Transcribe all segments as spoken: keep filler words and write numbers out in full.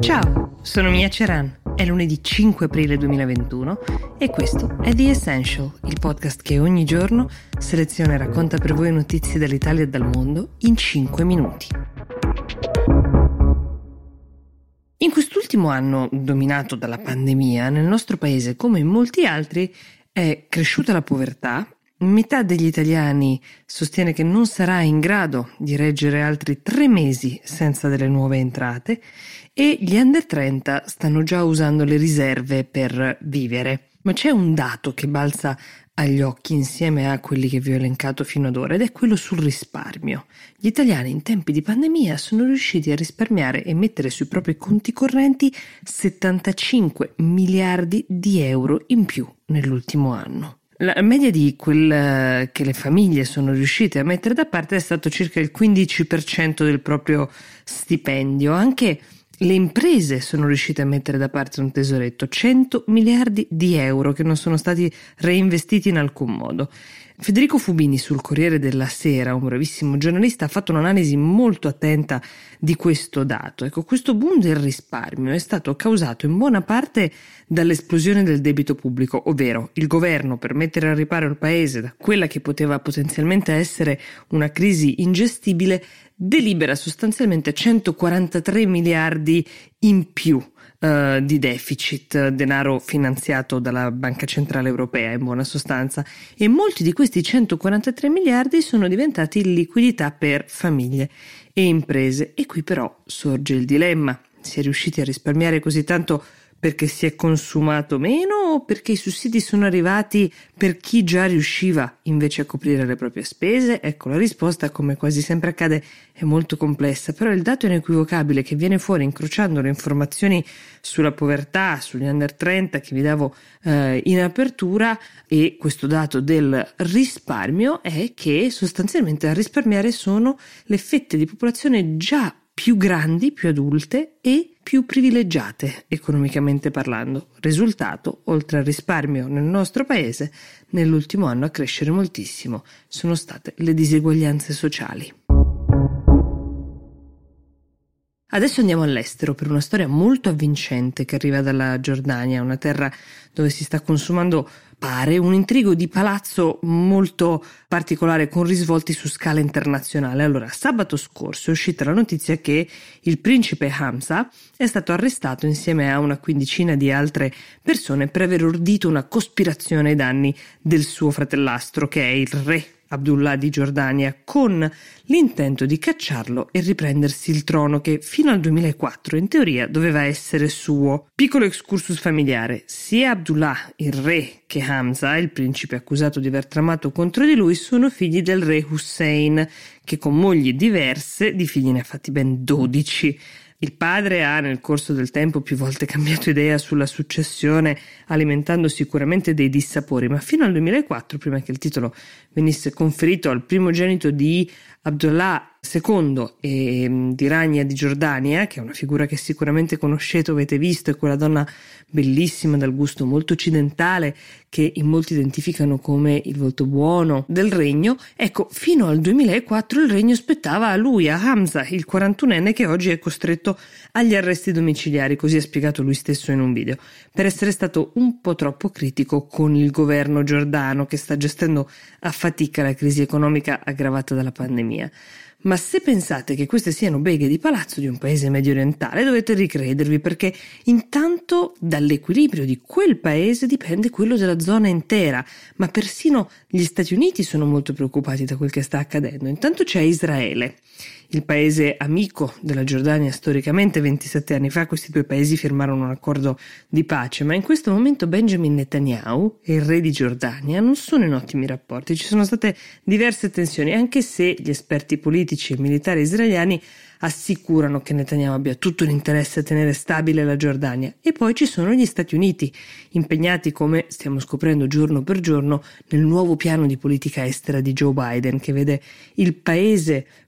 Ciao, sono Mia Ceran. È lunedì cinque aprile duemilaventuno e questo è The Essential, il podcast che ogni giorno seleziona e racconta per voi notizie dall'Italia e dal mondo in cinque minuti. In quest'ultimo anno dominato dalla pandemia, nel nostro paese, come in molti altri, è cresciuta la povertà. Metà degli italiani sostiene che non sarà in grado di reggere altri tre mesi senza delle nuove entrate e gli under trenta stanno già usando le riserve per vivere. Ma c'è un dato che balza agli occhi insieme a quelli che vi ho elencato fino ad ora ed è quello sul risparmio. Gli italiani in tempi di pandemia sono riusciti a risparmiare e mettere sui propri conti correnti settantacinque miliardi di euro in più nell'ultimo anno. La media di quel che le famiglie sono riuscite a mettere da parte è stato circa il quindici per cento del proprio stipendio. Anche le imprese sono riuscite a mettere da parte un tesoretto, cento miliardi di euro che non sono stati reinvestiti in alcun modo. Federico Fubini sul Corriere della Sera, un bravissimo giornalista, ha fatto un'analisi molto attenta di questo dato. Ecco, questo boom del risparmio è stato causato in buona parte dall'esplosione del debito pubblico, ovvero il governo, per mettere al riparo il paese da quella che poteva potenzialmente essere una crisi ingestibile, delibera sostanzialmente centoquarantatré miliardi in più uh, di deficit, denaro finanziato dalla Banca Centrale Europea in buona sostanza, e molti di questi centoquarantatré miliardi sono diventati liquidità per famiglie e imprese. E qui però sorge il dilemma: si è riusciti a risparmiare così tanto perché si è consumato meno o perché i sussidi sono arrivati per chi già riusciva invece a coprire le proprie spese? Ecco, la risposta, come quasi sempre accade, è molto complessa, però il dato inequivocabile che viene fuori incrociando le informazioni sulla povertà, sugli under trenta che vi davo eh, in apertura, e questo dato del risparmio, è che sostanzialmente a risparmiare sono le fette di popolazione già più grandi, più adulte e più privilegiate economicamente parlando. Risultato: oltre al risparmio nel nostro paese, nell'ultimo anno a crescere moltissimo sono state le diseguaglianze sociali. Adesso andiamo all'estero per una storia molto avvincente che arriva dalla Giordania, una terra dove si sta consumando, pare, un intrigo di palazzo molto particolare con risvolti su scala internazionale. Allora, sabato scorso è uscita la notizia che il principe Hamza è stato arrestato insieme a una quindicina di altre persone per aver ordito una cospirazione ai danni del suo fratellastro, che è il re Abdullah di Giordania, con l'intento di cacciarlo e riprendersi il trono che fino al duemilaquattro in teoria doveva essere suo. Piccolo excursus familiare: sia Abdullah, il re, che Hamza, il principe accusato di aver tramato contro di lui, sono figli del re Hussein, che con mogli diverse di figli ne ha fatti ben dodici. Il padre ha nel corso del tempo più volte cambiato idea sulla successione, alimentando sicuramente dei dissapori, ma fino al duemilaquattro, prima che il titolo venisse conferito al primogenito di Abdullah secondo e di Rania di Giordania, che è una figura che sicuramente conoscete o avete visto, è quella donna bellissima dal gusto molto occidentale che in molti identificano come il volto buono del regno. Ecco, fino al duemilaquattro il regno spettava a lui, a Hamza, il quarantunenne che oggi è costretto agli arresti domiciliari, così ha spiegato lui stesso in un video, per essere stato un po' troppo critico con il governo giordano che sta gestendo a fatica la crisi economica aggravata dalla pandemia. Ma se pensate che queste siano beghe di palazzo di un paese mediorientale, dovete ricredervi, perché intanto dall'equilibrio di quel paese dipende quello della zona intera, ma persino gli Stati Uniti sono molto preoccupati da quel che sta accadendo. Intanto c'è Israele, il paese amico della Giordania storicamente. ventisette anni fa questi due paesi firmarono un accordo di pace, ma in questo momento Benjamin Netanyahu e il re di Giordania non sono in ottimi rapporti. Ci sono state diverse tensioni, anche se gli esperti politici e militari israeliani assicurano che Netanyahu abbia tutto l'interesse a tenere stabile la Giordania. E poi ci sono gli Stati Uniti, impegnati, come stiamo scoprendo giorno per giorno, nel nuovo piano di politica estera di Joe Biden, che vede il paese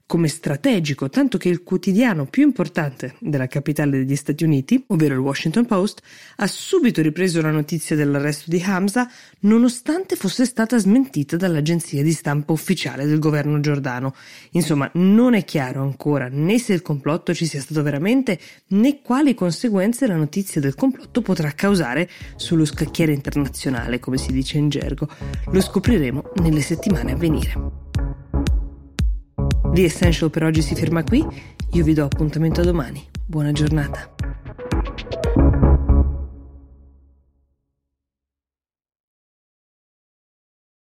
come strategico, tanto che il quotidiano più importante della capitale degli Stati Uniti, ovvero il Washington Post, ha subito ripreso la notizia dell'arresto di Hamza, nonostante fosse stata smentita dall'agenzia di stampa ufficiale del governo giordano. Insomma, non è chiaro ancora né se il complotto ci sia stato veramente, né quali conseguenze la notizia del complotto potrà causare sullo scacchiere internazionale, come si dice in gergo. Lo scopriremo nelle settimane a venire. The Essential per oggi si ferma qui, io vi do appuntamento a domani. Buona giornata.